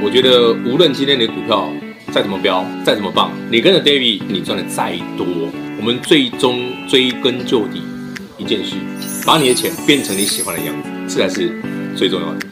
我觉得无论今天你的股票再怎么飙，再怎么棒，你跟着 David， 你赚的再多，我们最终追根究底一件事，把你的钱变成你喜欢的样子，这才是最重要的。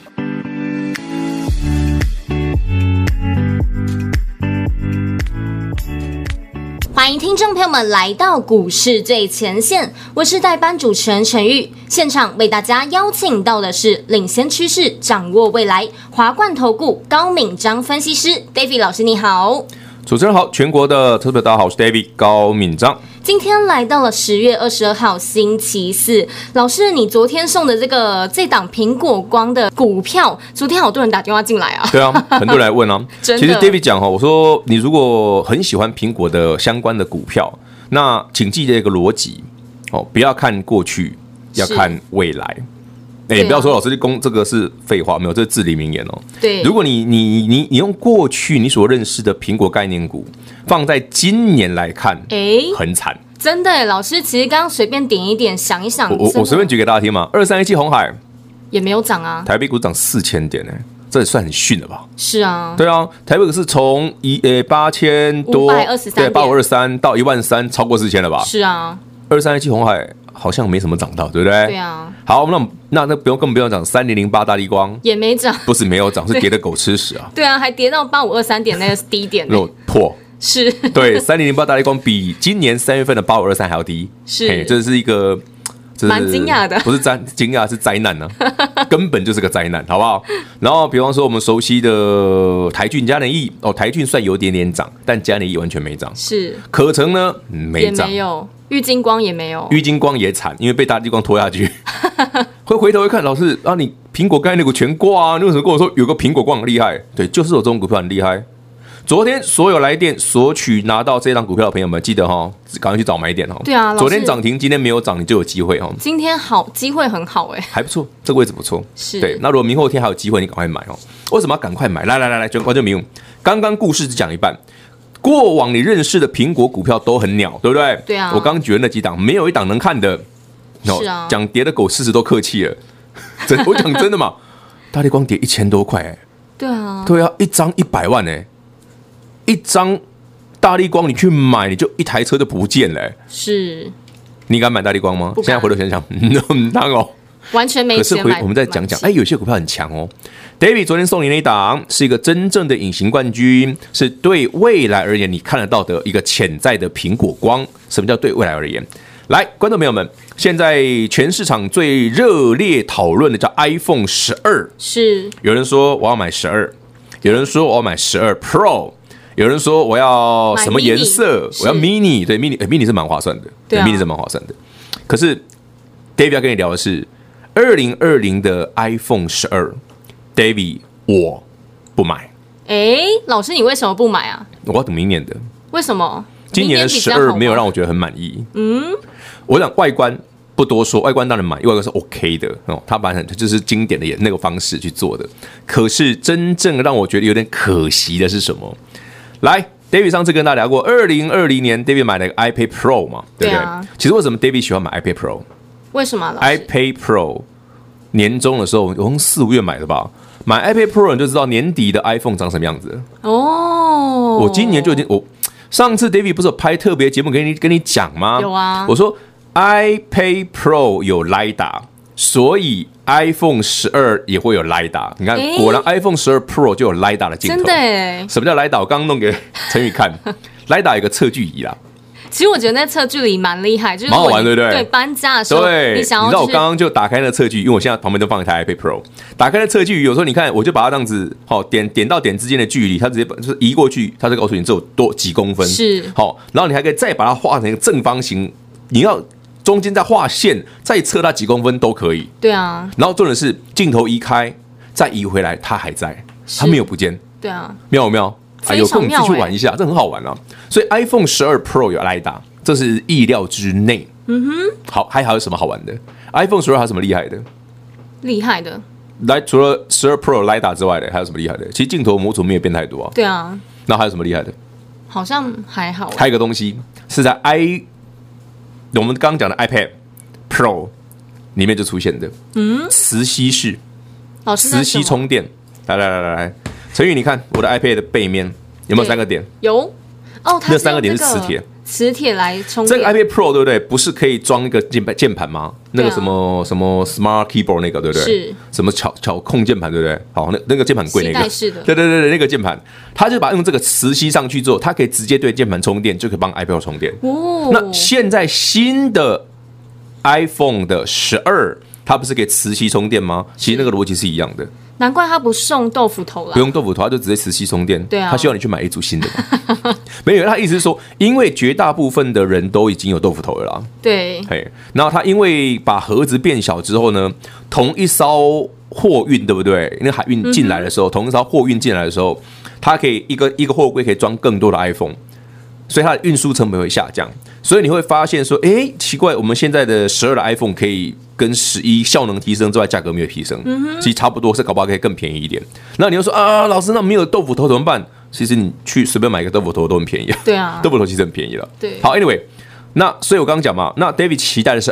欢迎听众朋友们来到股市最前线，我是代班主持人陈玉，现场为大家邀请到的是领先趋势、掌握未来华冠投顾高敏章分析师 David 老师，你好。 主持人好，全国的投资者大家好，我是 David 高敏章。 今天来到了10月22号星期四，老师，你昨天送的这档苹果光的股票，昨天好多人打电话进来啊。 对啊，很多人来问啊。 真的其实 David 讲哈，我说你如果很喜欢苹果的相关的股票，那请记得一个逻辑哦，不要看过去，要看未来。不要说老师这个是废话，没有，这是至理名言哦。 对， 如果你用过去你所认识的苹果概念股放在今年来看，很惨。 真的，老师其实刚刚随便点一点，想一想， 我随便举给大家听嘛。2317红海也没有涨啊， 台北股涨4000点这也算很逊了吧？ 是啊， 对啊，台北股是从8000多 523 对8523到13000，超过4000了吧？ 是啊 ，2317红海好像没什么涨到，对不对？ 对啊。 好，那更不用讲3008大立光也没涨， 不是没有涨，是跌的狗吃屎啊！ 对啊，还跌到8523点那个低点那种破。 是， 对，3008大立光比今年3月份的8523还要低， 是， 这是一个。 蛮惊讶的， 不是惊讶，是灾难呢、啊，根本就是个灾难，好不好？然后，比方说我们熟悉的台骏、嘉联益台骏算有点涨，但嘉联益完全没涨。 是， 可成呢没涨， 也没有，玉晶光也没有， 玉晶光也惨，因为被大立光拖下去。会回头一看，老师啊，你苹果概念股全挂啊，你为什么跟我说有个苹果光很厉害？对，就是有这种股票很厉害。昨天所有来电索取拿到这张股票的朋友们，记得赶快去找买点对啊， 昨天涨停，今天没有涨，你就有机会今天机会很好还不错，这个位置不错。 是， 对。那如果明后天还有机会，你赶快买为什么要赶快买？来，全观众朋友，刚刚故事只讲一半，过往你认识的苹果股票都很鸟，对不对？ 对啊。 我刚举的那几档，没有一档能看的。 是啊。 讲跌的狗吃屎都客气了，我讲真的嘛，大立光跌1000多块对啊。 对啊，一张100万一张大立光你去买，你就一台车就不见了是， 你敢买大立光吗？现在回头想想， 完全没钱买。 可是我们再讲讲，有些股票很强David 昨天送你那一档是一个真正的隐形冠军，是对未来而言你看得到的一个潜在的苹果光。什么叫对未来而言？来，观众朋友们，现在全市场最热烈讨论的叫 iPhone 12，是有人说我要买12，有人说我要买12 Pro。有人说我要什么颜色？我要 mini， 对 mini 是蛮划算的，对 mini 是蛮划算的。可是 David 要跟你聊的是2020的 iPhone 12，David 我不买。 老师你为什么不买啊？ 我要等明年的。 为什么？ 今年的12没有让我觉得很满意。我想外观不多说，外观当然满意，外观是 OK 的它本来就是经典的那个方式去做的。可是真正让我觉得有点可惜的是什么？来 ，David 上次跟大家聊过，2020年 David 买了一个 iPad Pro 嘛，对不对？其实为什么 David 喜欢买 iPad Pro？ 为什么 ？iPad Pro 年终的时候，我从4、5月买的吧。买 iPad Pro 你就知道年底的 iPhone 长什么样子我今年就已经上次 David 不是有拍特别节目跟你讲吗？ 有啊。 我说 iPad Pro 有 LiDAR， 所以 iPhone 12也会有 LiDAR。你看，果然 iPhone 12 Pro 就有 LiDAR 的镜头。 真的什么叫 LiDAR？ 我刚刚弄给陈宇看，LiDAR 有个测距仪啦。 其实我觉得那测距离蛮厉害，就是蛮好玩，对不对？ 对，搬家的时候， 对， 你想要、 你知道我刚刚就打开那测距，因为我现在旁边就放一台 iPad Pro， 打开那测距，有时候你看，我就把它这样子，点到点之间的距离，它直接就是移过去，它就告诉你只有多几公分， 是然后你还可以再把它画成一个正方形，你要中间再画线，再测它几公分都可以。 对啊， 然后重点是镜头移开，再移回来，它还在，它没有不见。 对啊， 妙不妙？有空你自己去玩一下，这很好玩啊。所以 iPhone 12 Pro 有 LiDAR。这是意料之内。好，还有什么好玩的 ？iPhone 12还有什么厉害的？ 厉害的， 来，除了12 Pro LiDAR 之外的，还有什么厉害的？其实镜头模组没有变太多啊。 对啊。 那还有什么厉害的？ 好像还好。 还有一个东西是在我们刚刚讲的 iPad Pro 里面就出现的，磁吸式，磁吸充电。来， 陈宇，你看我的 iPad 的背面有没有3个点？ 有哦，它那3个点是磁铁。 磁铁来充电。 这个 iPad Pro 对不对？不是可以装一个键盘吗？那个什么Smart Keyboard 那个对不对？ 是。什么巧控键盘对不对？好，那个键盘贵那个。 携带式的。 对，那个键盘，它就把用这个磁吸上去之后，它可以直接对键盘充电，就可以帮 iPad 充电。哦。那现在新的 iPhone 的12，它不是可以磁吸充电吗？其实那个逻辑是一样的。 难怪他不送豆腐头了， 不用豆腐头，他就直接磁吸充电。 对啊， 他希望你去买一组新的嘛。没有，他意思是说，因为绝大部分的人都已经有豆腐头了啦。 对， 然后他因为把盒子变小之后呢，同一艘货运对不对？那海运进来的时候，同一艘货运进来的时候，它可以一个货柜可以装更多的 iPhone。所以它的运输成本会下降，所以你会发现说，奇怪，我们现在的12的 iPhone 可以跟11效能提升之外，价格没有提升，其实差不多，是搞不好可以更便宜一点。那你又说啊，老师，那没有豆腐头怎么办？其实你去随便买一个豆腐头都很便宜， 对啊， 豆腐头其实很便宜了。 对， 好 ，Anyway， 那所以我刚刚讲嘛，那 David 期待的是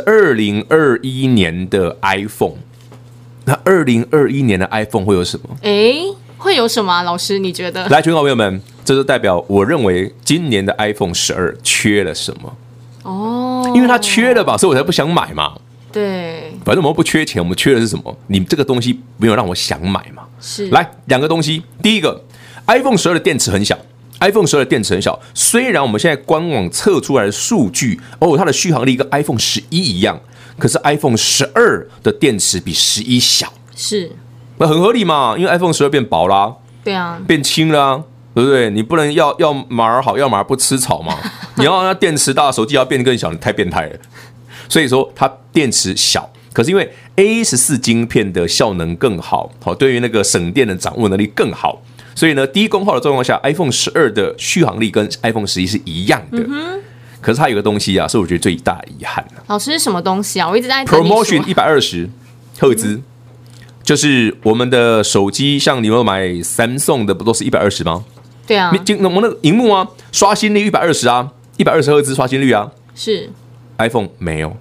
2021年的 iPhone， 那2021年的 iPhone 会有什么？ 会有什么啊？老师，你觉得？ 来，全国朋友们，这就代表我认为今年的 iPhone 12缺了什么？因为它缺了吧，所以我才不想买嘛。 对， 反正我们不缺钱，我们缺的是什么？你这个东西没有让我想买嘛。 是。 来，2个东西，第一个 ，iPhone 12的电池很小。iPhone 12的电池很小，虽然我们现在官网测出来的数据，它的续航力跟 iPhone 11一样，可是 iPhone 12的电池比11小。 是。 那很合理嘛，因为 iPhone 12变薄啦， 对啊， 变轻啦，对不对？你不能要马儿好，要马儿不吃草嘛。你要让它电池大，手机要变更小，你太变态了。所以说它电池小，可是因为 A14 晶片的效能更好，对于那个省电的掌握能力更好，所以呢，低功耗的状况下 ，iPhone 12的续航力跟 iPhone 11是一样的。可是它有个东西啊，是我觉得最大的遗憾。 老师是什么东西啊？我一直在等你说。 Promotion 120赫兹。就是我们的手机，像你们买 Samsung 的不都是120吗？ 对啊， 我们那个荧幕啊，刷新率120啊，120赫兹刷新率啊。 是 iPhone 没有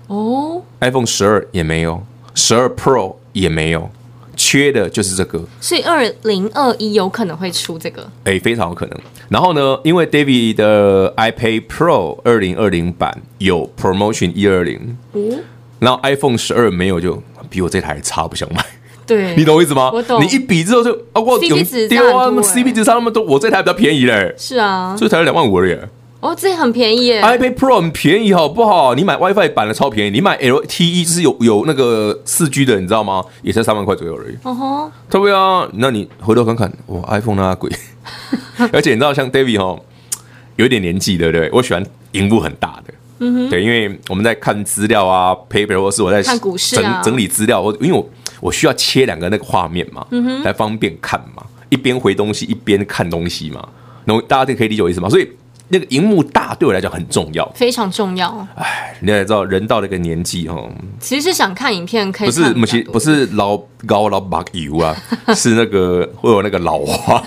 ，iPhone 12也没有，12 Pro 也没有，缺的就是这个。 所以2021有可能会出这个， 非常有可能。然后呢，因为 David 的 iPad Pro 2020版有 Promotion 120，然后 iPhone 12没有，就比我这台还差，不想买。 对， 你懂我意思吗？ 我懂。 你一比之后就我 CP 值丢啊 ，CP 值差那么多，我这台比较便宜嘞。 是啊， 这台25000而已。 这很便宜耶。 iPad Pro 很便宜，好不好？你买 WiFi 版的超便宜，你买 LTE 就是有那个4G 的，你知道吗？也才3万块左右而已。对不对啊？那你回头看看，iPhone 那贵。而且你知道，像 David 有一点年纪，对不对？我喜欢荧幕很大的。对，因为我们在看资料啊 ，paper 或是我在看股市整理资料，因为我需要切2个那个画面嘛，来方便看嘛，一边回东西一边看东西嘛，然后大家可以理解我意思吗？所以那个荧幕大对我来讲很重要， 非常重要。 你也知道，人到了一个年纪其实是想看影片可以看不是老把油啊，是那个会有那个老花。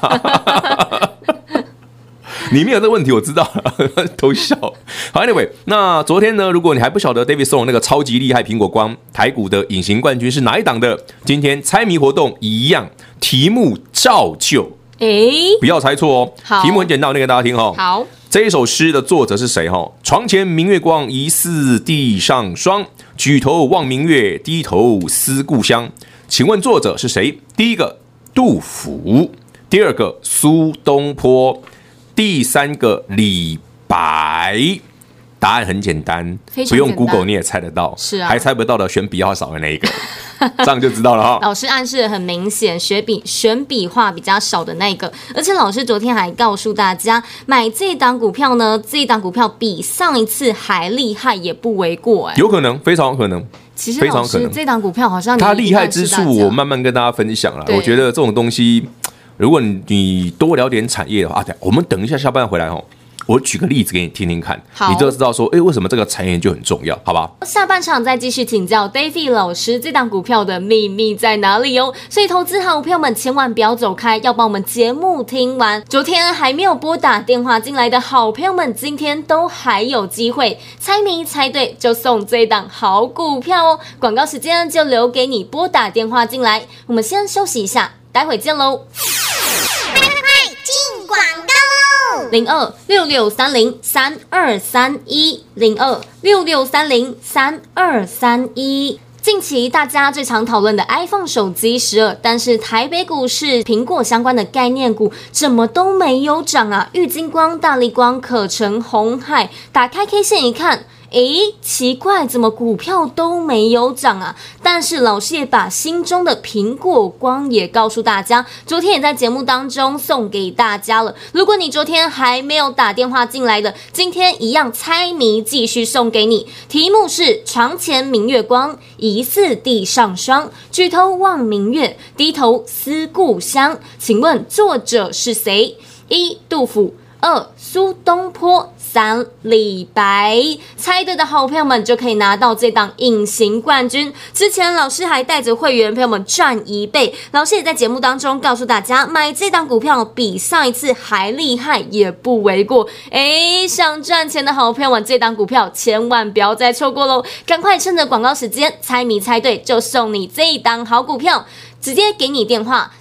你没有这个问题，我知道，偷笑。好 ，Anyway， 那昨天呢，如果你还不晓得 David 送的那个超级厉害苹果光台股的隐形冠军是哪一档的，今天猜谜活动一样，题目照旧，不要猜错哦。题目很简单，我念给大家听哦。 好， 这一首诗的作者是谁？床前明月光，疑似地上霜。举头望明月，低头思故乡。请问作者是谁？第一个杜甫，第二个苏东坡。第3个李白，答案很简单，不用 Google 你也猜得到。 是啊， 还猜不到的选笔画少的那一个，这样就知道了哈。 老师暗示得很明显，选笔画比较少的那个，而且老师昨天还告诉大家，买这档股票呢，这档股票比上一次还厉害，也不为过。 有可能，非常有可能。 其实老师这档股票好像它厉害之处，我慢慢跟大家分享了。我觉得这种东西。如果你多了解产业的话，我们等一下下班回来我举个例子给你听听看，你就知道说，为什么这个产业就很重要，好吧？下半场再继续请教 David 老师，这档股票的秘密在哪里哦？所以投资好朋友们千万不要走开，要把我们节目听完。昨天还没有拨打电话进来的好朋友们，今天都还有机会，猜谜猜对就送这档好股票哦。广告时间就留给你拨打电话进来，我们先休息一下，待会见喽。 02663032310266303231。近期大家最常讨论的 iPhone 手机12，但是台北股市苹果相关的概念股怎么都没有涨啊？玉晶光、大立光、可成、鸿海，打开 K 线一看，奇怪，怎么股票都没有涨啊？但是老师也把心中的苹果光也告诉大家，昨天也在节目当中送给大家了。如果你昨天还没有打电话进来的，今天一样猜谜继续送给你。题目是床前明月光，疑似地上霜。举头望明月，低头思故乡。请问作者是谁？1. 杜甫，2. 苏东坡，3. 李白。猜对的好朋友们就可以拿到这档隐形冠军。之前老师还带着会员朋友们赚1倍，老师也在节目当中告诉大家，买这档股票比上一次还厉害也不为过。想赚钱的好朋友们，这档股票千万不要再错过喽！赶快趁着广告时间，猜谜猜对就送你这一档好股票。直接给你电话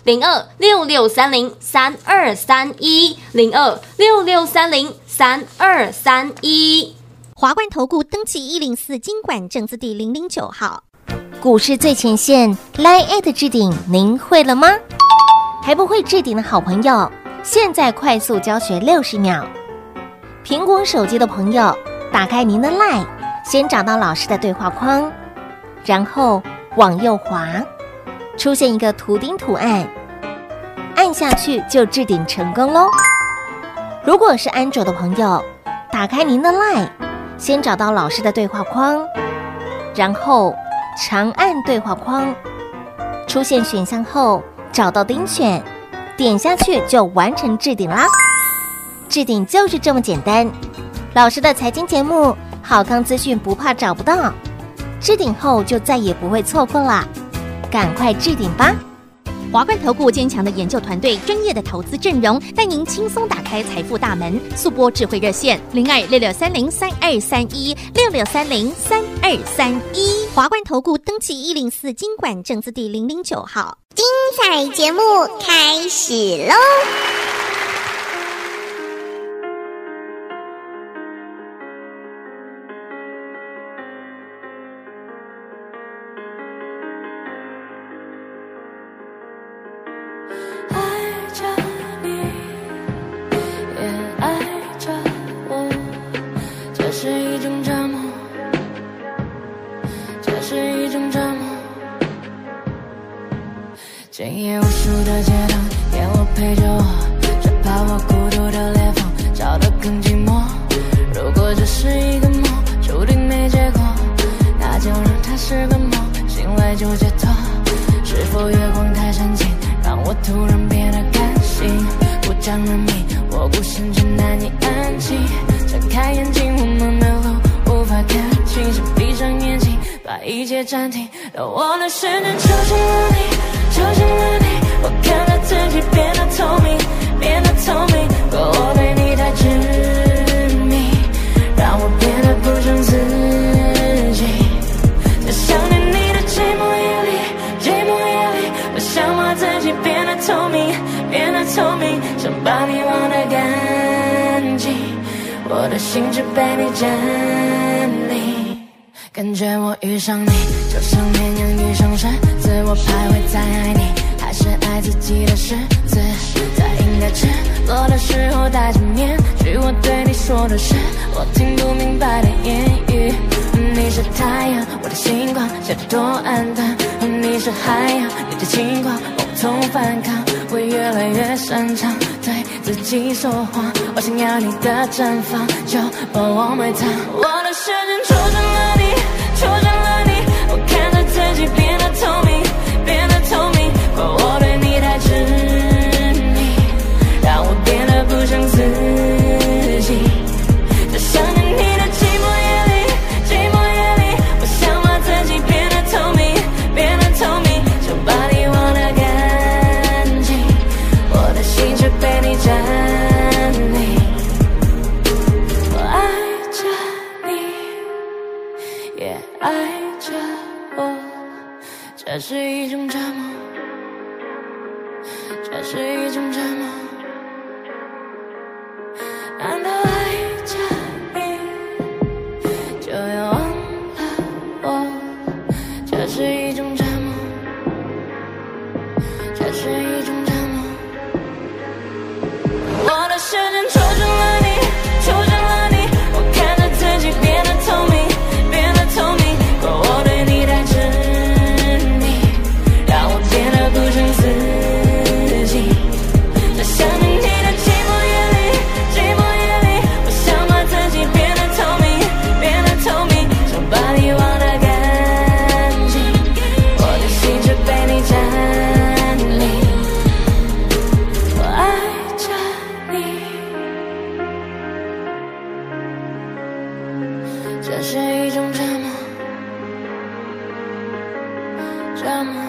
02663032310266303231。 华冠投顾登记104金管证字第009号。股市最前线 LINE@ 置顶，您会了吗？还不会置顶的好朋友，现在快速教学60秒。苹果手机的朋友，打开您的 LINE， 先找到老师的对话框，然后往右滑。出现一个图钉图案，按下去就置顶成功咯。如果是安卓的朋友，打开您的 LINE， 先找到老师的对话框，然后长按对话框，出现选项后找到钉选，点下去就完成置顶啦。置顶就是这么简单。老师的财经节目，好康资讯不怕找不到，置顶后就再也不会错过啦。赶快置顶吧！华冠投顾坚强的研究团队，专业的投资阵容，带您轻松打开财富大门。速拨智慧热线026630323166303231。华冠投顾登记104金管证字第009号。 精彩节目开始喽！ 今夜无数的街灯，烟火陪着我，却怕我孤独的裂缝照得更寂寞。如果这是一个梦，注定没结果，那就让它是个梦，醒来就解脱。是否月光太深情，让我突然变得感性？不讲人命，我孤身却难以安静。睁开眼睛，我们的路无法看清，先闭上眼睛，把一切暂停。让我的时间抽进了你，抽进了你，我看着自己变得透明，变得透明。可我对你太执迷，让我变得不像自己。在想念你的寂寞夜里，寂寞夜里，我想把自己变得透明，变得透明，想把你忘得干净。我的心只被你占领。感觉我遇上你，就像绵羊遇上狮子，我徘徊在爱你，还是爱自己的狮子。在应该赤裸的时候戴着面具，我对你说的是我听不明白的言语。你是太阳，我的星光，显得多暗淡。你是海洋，你的轻狂，无从反抗。我越来越擅长对自己说谎，我想要你的绽放，就把我埋葬。我的时间戳中了你，戳中了你，我看着自己变得透明，变得透明。可我对你太执迷，让我变得不像自己。在想念你的寂寞夜里，寂寞夜里，我想把自己变得透明，变得透明，想把你忘得干净。我的心却被你占领。我爱着你，也爱着我，这是一种折磨，这是一种折磨。 这是一种折磨。我的时针戳中了你，戳中了你，我看着自己变得透明，变得透明。怪我对你太执迷，让我变得不像自己。就像着你的寂寞夜里，寂寞夜里，我想把自己变得透明，变得透明，想把你忘得干净。我的心却被你占领，我爱着你。这是一种折磨，折磨。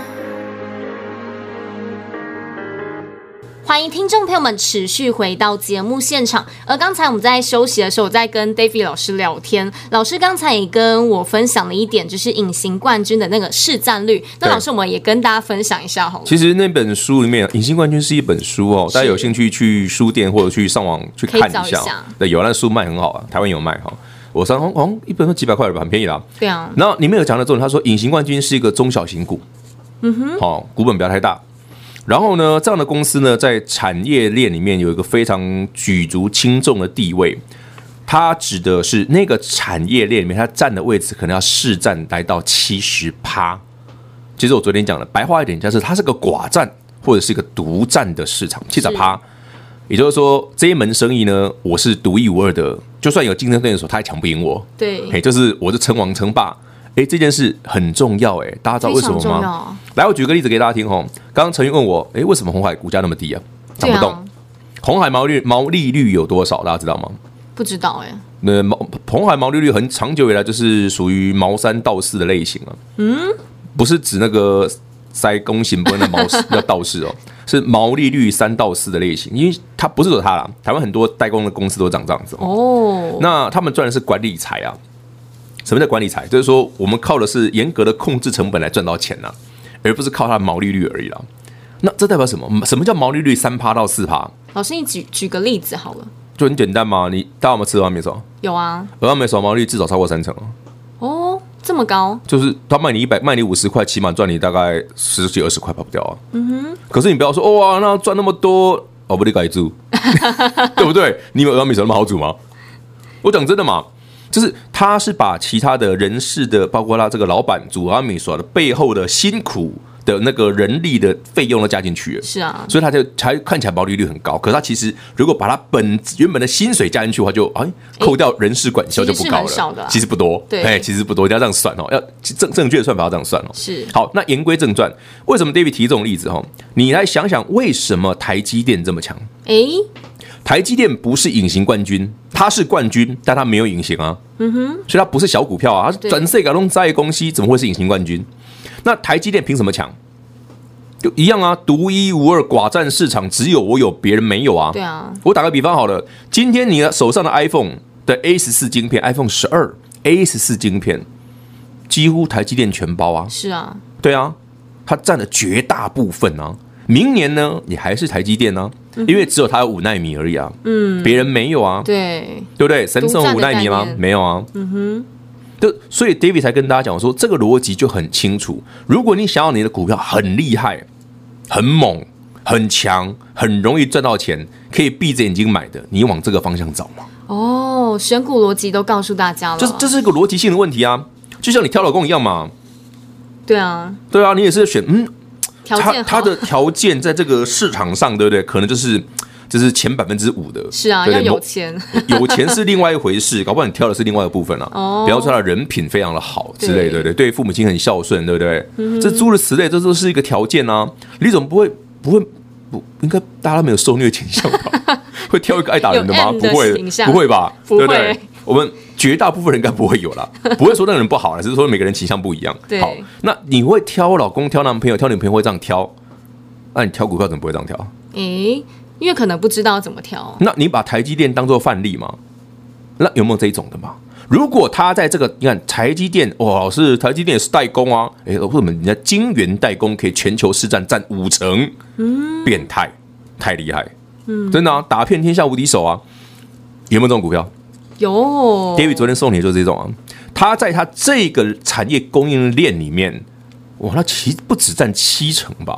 欢迎听众朋友们持续回到节目现场。而刚才我们在休息的时候，我在跟 David 老师聊天，老师刚才也跟我分享了一点，就是隐形冠军的那个市占率。那老师，我们也跟大家分享一下好了。 其实那本书里面，《隐形冠军》是一本书哦，大家有兴趣去书店或者去上网去看一下。对，有那书卖很好啊，台湾有卖哈。我上好像一本都几百块吧，很便宜啦。 对啊。 然后里面有讲到重点，他说隐形冠军是一个中小型股，好，股本不要太大。然后呢，这样的公司呢，在产业链里面有一个非常举足轻重的地位。它指的是那个产业链里面，它占的位置可能要市占来到70%。其实我昨天讲了，白话一点就是它是个寡占或者是一个独占的市场，70%。也就是说，这一门生意呢，我是独一无二的，就算有竞争对手，他也抢不赢我。 对， 就是我是称王称霸。这件事很重要，大家知道为什么吗？来，我举个例子给大家听吼。刚刚陈玉问我，为什么鸿海股价那么低啊？涨不动。鸿海毛利率有多少？大家知道吗？ 不知道那鸿海毛利率很长久以来就是属于毛三到四的类型啊。不是指那个塞公行不那毛叫道士哦，是毛利率3到4的类型，因为它不是只有它啦，台湾很多代工的公司都长这样子哦。那他们赚的是管理财啊。什么叫管理财？就是说，我们靠的是严格的控制成本来赚到钱呐，而不是靠它的毛利率而已啦。那这代表什么？什么叫毛利率3%到4%？ 老师，你举个例子好了。 就很简单嘛，大家有没有吃鹅阿美手？ 有啊， 鹅阿美手毛利率至少超过3成哦，这么高？就是他卖你50块，起码赚你大概10几20块跑不掉啊。可是你不要说哇，那赚那么多，不得改煮，对不对？你以为鹅阿美手那么好煮吗？我讲真的嘛。就是他是把其他的人事的，包括他这个老板煮阿米索的背后的辛苦的那个人力的费用都加进去了， 是啊， 所以他就才看起来毛利率很高。可是他其实如果把他原本的薪水加进去的话，就扣掉人事管销就不高了，其实不多，对，其实不多，要这样算哦，要正确的算法要这样算哦。 是好，那言归正传，为什么 David 提这种例子哈？你来想想，为什么台积电这么强？台积电不是隐形冠军，它是冠军，但它没有隐形啊。所以它不是小股票啊，它全世界都在公司，怎么会是隐形冠军？那台积电凭什么强？就一样啊，独一无二，寡占市场，只有我有，别人没有啊。 对啊， 我打个比方好了，今天你手上的 iPhone 的 A14 晶片 ，iPhone 12 A14 晶片，几乎台积电全包啊。 是啊， 对啊，它占了绝大部分啊。明年呢，也还是台积电啊，因为只有它有5奈米而已啊，别人没有啊， 对不对？神圣5奈米吗？没有啊，所以 David 才跟大家讲说，这个逻辑就很清楚。如果你想要你的股票很厉害、很猛、很强、很容易赚到钱，可以闭着眼睛买的，你往这个方向找嘛。 选股逻辑都告诉大家了， 这是一个逻辑性的问题啊，就像你挑老公一样嘛。 对啊， 你也是选他的条件在这个市场上，对不对？可能就是前5%的。 是啊，要有钱， 有钱是另外一回事，搞不好你挑的是另外一个部分啊。比方说他的人品非常的好之类的，对父母亲很孝顺，对不对？这诸如此类，这都是一个条件啊。你怎么不会？应该大家都没有受虐倾向吧？会挑一个爱打人的吗？不会吧？对不对？我们绝大部分人应该不会有啦，不会说那个人不好，只是说每个人倾向不一样。好，那你会挑老公、挑男朋友、挑女朋友会这样挑？那你挑股票怎么不会这样挑？ 因为可能不知道怎么挑。 那你把台积电当作范例吗？那有没有这一种的嘛？如果他在这个，你看台积电，老师，台积电也是代工啊，为什么人家晶圆代工可以全球市占5成？变态，太厉害，真的啊，打遍天下无敌手啊！有没有这种股票？ 有 ，David 昨天送你的就是这种啊。他在他这个产业供应链里面，他其实不只占7成吧，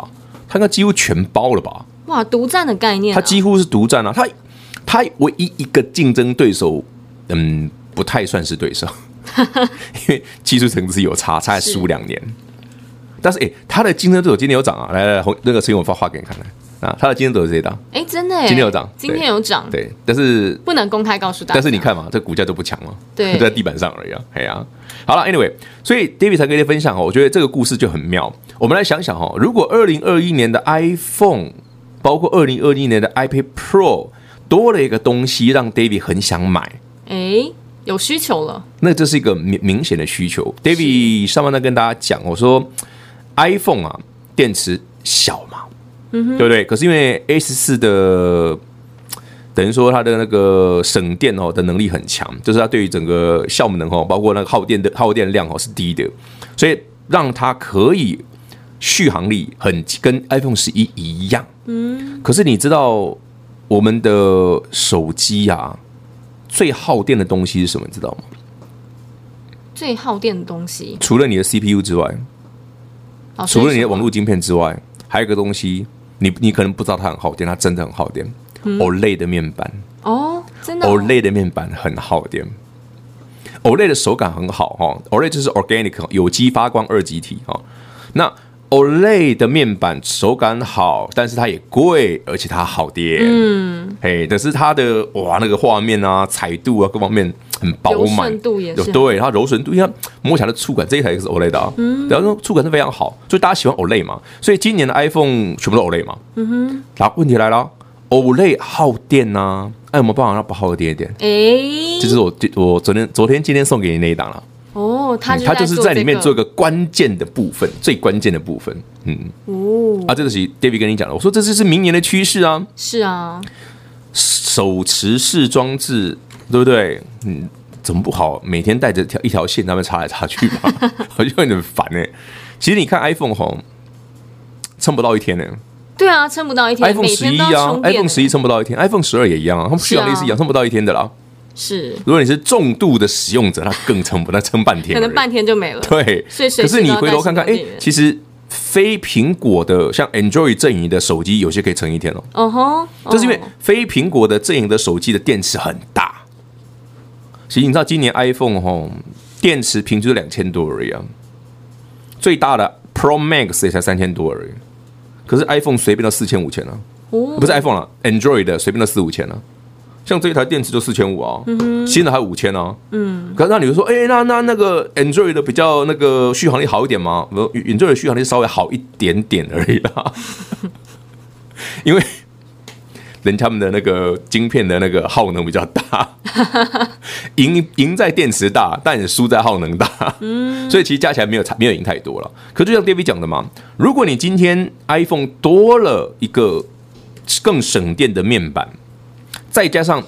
它应该几乎全包了吧？ 哇，独占的概念、啊， 它几乎是独占啊！它唯一一个竞争对手，不太算是对手，因为技术层次有差在输2年。但是他的竞争对手今天有涨啊！来，那个陈勇画给你看来啊，他的竞争对手是谁档？ 真的今天有涨， 今天有涨， 对，但是不能公开告诉大家。 但是你看嘛，这股价就不强嘛， 对， 就在地板上而已啊。哎呀，好了 ，anyway， 所以 David 才跟你分享我觉得这个故事就很妙。我们来想想如果2021年的 iPhone， 包括2021年的 iPad Pro 多了一个东西，让 David 很想买， 有需求了，那这是一个明显的需求。David 上半段跟大家讲，我说 iPhone 啊，电池小嘛，对不对？可是因为 A14 的，等于说它的那个省电的能力很强，就是它对于整个效能包括那个耗电量是低的，所以让它可以续航力跟 iPhone 11一样。可是你知道我们的手机啊，最耗电的东西是什么？你知道吗？ 最耗电的东西， 除了你的 CPU 之外，除了你的网络晶片之外，还有一个东西，你可能不知道它很耗电，它真的很耗电。OLED 的面板真的 OLED 的面板很耗电。OLED 的手感很好OLED 就是 organic 有机发光二极体那 OLED 的面板手感好，但是它也贵，而且它耗电。但是它的那个画面啊、彩度啊各方面很饱满，柔顺度也是对，它柔顺度，因为它摸起来的触感，这一台也是 OLED 啊，然后触感是非常好，所以大家喜欢 OLED 嘛。所以今年的 iPhone 全部都 OLED 嘛。然后问题来了 ，OLED 耗电啊，有没有办法让它不耗电一点？这是我昨天今天送给你那一档了。 它就是在里面做一个关键的部分，最关键的部分。这个是 David 跟你讲的，我说这就是明年的趋势啊。是啊，手持式装置，对不对？怎么不好？每天带着一条线，他们插来插去嘛，好像有点烦其实你看 iPhone 撑不到一天对啊，撑不到一天。 iPhone 11啊 ，iPhone 11撑不到一天 ，iPhone 12也一样啊，他们续航力是一样，撑不到一天的啦。是，如果你是重度的使用者，那更撑不，那撑半天， 可能半天就没了。 对，可是你回头看看，其实非苹果的像 Android 阵营的手机，有些可以撑一天就是因为非苹果的阵营的手机的电池很大。其实你知道，今年 iPhone 电池平均2000多而已啊，最大的 Pro Max 也才3000多而已。可是 iPhone 随便都4000、5000啊，不是 iPhone 啦 ，Android 的随便都4、5千啊。像这一台电池就4500啊，新的还5000啊。可是那你就说，那个 Android 的比较那个续航力好一点吗？Android 的续航力稍微好一点点而已啦，因为人家们的那个晶片的那个耗能比较大，赢在电池大，但也输在耗能大，所以其实加起来没有赢太多了。可就像 David 讲的嘛，如果你今天 iPhone 多了一个更省电的面板，再加上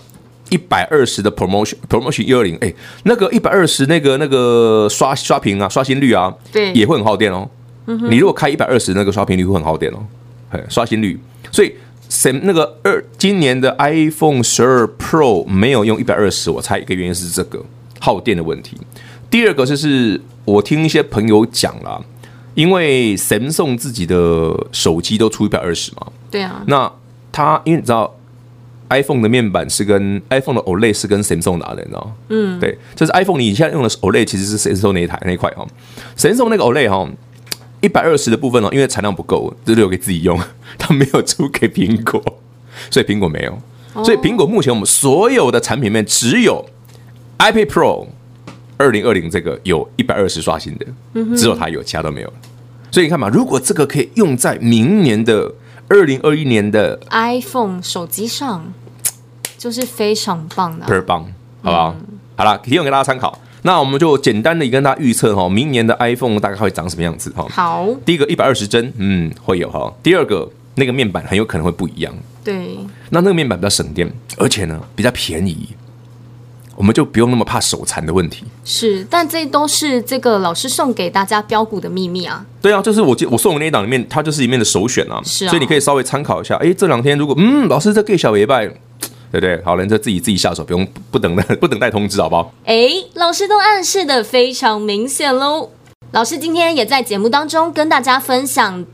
120的 promotion 120，那个120那个刷屏啊、刷新率啊，对，也会很耗电你如果开120那个刷屏率会很耗电刷新率。所以那个今年的 iPhone 12 Pro 没有用120，我猜一个原因是这个耗电的问题。第二个就是我听一些朋友讲啦，因为 Samsung 自己的手机都出120嘛，对啊，那因为你知道。iPhone 的面板是跟 iPhone 的 OLED 是跟 Samsung 拿的，你知道吗？对，就是 iPhone 你现在用的 OLED 其实是 Samsung 那一块Samsung 那个 OLED 120的部分因为产量不够，就留给自己用，它没有出给苹果，所以苹果没有。所以苹果目前我们所有的产品里面只有 iPad Pro 2020这个有120刷新的，只有它有，其他都没有。所以你看嘛，如果这个可以用在明年的2021年的 iPhone 手机上，就是非常棒的， 棒，好不好？好了，提供给大家参考。那我们就简单的跟大家预测明年的 iPhone 大概会长什么样子好，第一个120帧，会有第二个那个面板很有可能会不一样，对。那个面板比较省电，而且呢比较便宜，我们就不用那么怕手残的问题。是，但这都是这个老师送给大家标股的秘密啊。对啊，就是我送的那一档里面，它就是里面的首选啊。是啊，所以你可以稍微参考一下。这两天如果老师这给小尾巴，对不对？好人就自己下手，不等待通知，好不好？ 老师都暗示的非常明显喽。老师今天也在节目当中跟大家分享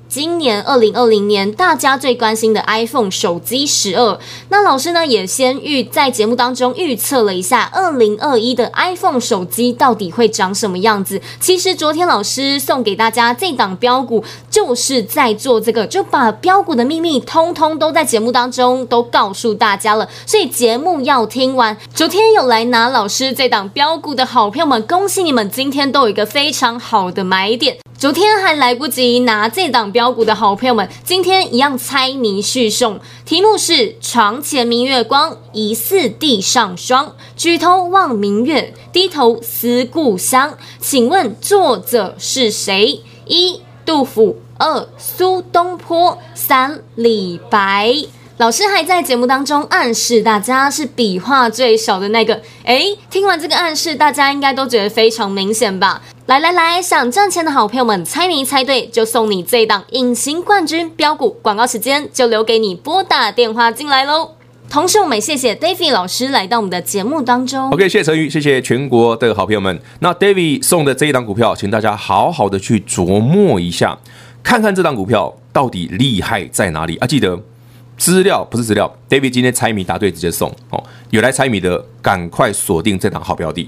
今年2020年大家最关心的 iPhone 手机12，那老师呢也先在节目当中预测了一下2021的 iPhone 手机到底会长什么样子。其实昨天老师送给大家这档标股，就是在做这个，就把标股的秘密通通都在节目当中都告诉大家了，所以节目要听完。昨天有来拿老师这档标股的好朋友们，恭喜你们，今天都有一个非常好的买点。昨天还来不及拿这档标股的好朋友们，今天一样猜谜续送，题目是床前明月光，疑似地上霜，举头望明月，低头思故乡。请问作者是谁？一、杜甫，二、苏东坡，三、李白。老师还在节目当中暗示大家是笔画最少的那个，听完这个暗示，大家应该都觉得非常明显吧？来，想赚钱的好朋友们，猜谜猜对就送你这一档隐形冠军标股，广告时间就留给你拨打电话进来咯。同时我们也谢谢 David 老师来到我们的节目当中。 OK， 谢谢陈宇，谢谢全国的好朋友们。那 David 送的这一档股票，请大家好好的去琢磨一下，看看这档股票到底厉害在哪里啊？记得资料不是资料 ，David 今天猜谜答对直接送哦。有来猜谜的，赶快锁定这档好标的。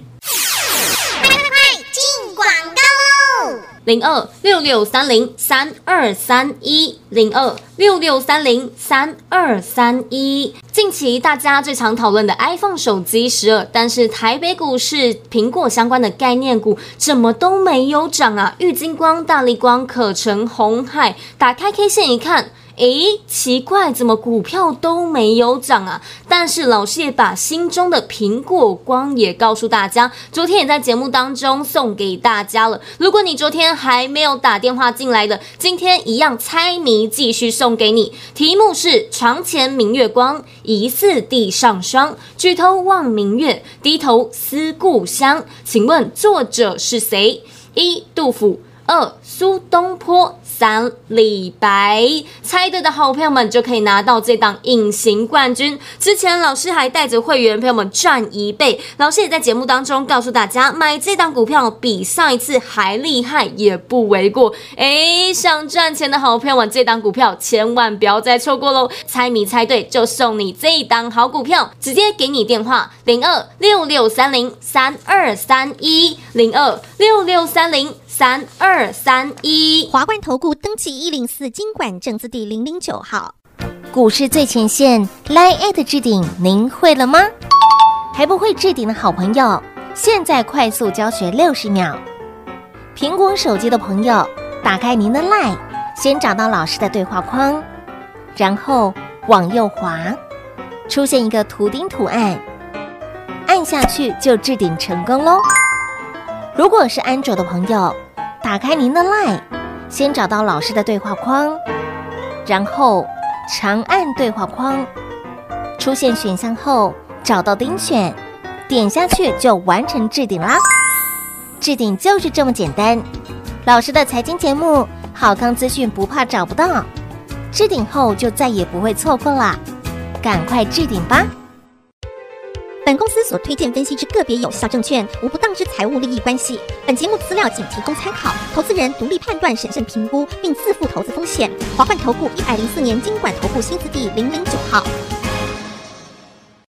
0266303231，0266303231。近期大家最常讨论的 iPhone 手机12，但是台北股市苹果相关的概念股怎么都没有涨啊？玉晶光、大立光、可成、鸿海，打开 K 线一看，奇怪，怎么股票都没有涨啊？但是老师也把心中的苹果光也告诉大家，昨天也在节目当中送给大家了。如果你昨天还没有打电话进来的，今天一样猜谜继续送给你。题目是床前明月光，疑似地上霜，举头望明月，低头思故乡。请问作者是谁？一、杜甫，二、苏东坡，三、李白。猜对的好朋友们就可以拿到这档隐形冠军。之前老师还带着会员朋友们赚1倍，老师也在节目当中告诉大家，买这档股票比上一次还厉害也不为过。想赚钱的好朋友们，这档股票千万不要再错过咯。猜谜猜对就送你这一档好股票，直接给你电话0266303231，0266303231。 华冠投顾登记104金管证字第009号。股市最前线 LINE@ 置顶，您会了吗？还不会置顶的好朋友，现在快速教学60秒。苹果手机的朋友，打开您的 LINE， 先找到老师的对话框，然后往右滑，出现一个图钉图案，按下去就置顶成功咯。如果是安卓的朋友，打开您的 LINE， 先找到老师的对话框，然后长按对话框，出现选项后找到钉选，点下去就完成置顶啦。置顶就是这么简单。老师的财经节目，好康资讯不怕找不到，置顶后就再也不会错过啦，赶快置顶吧。本公司所推荐分析之个别有效证券，无不当之财务利益关系。本节目资料仅提供参考，投资人独立判断、审慎评估，并自负投资风险。华冠投顾104年金管投顾新字第009号。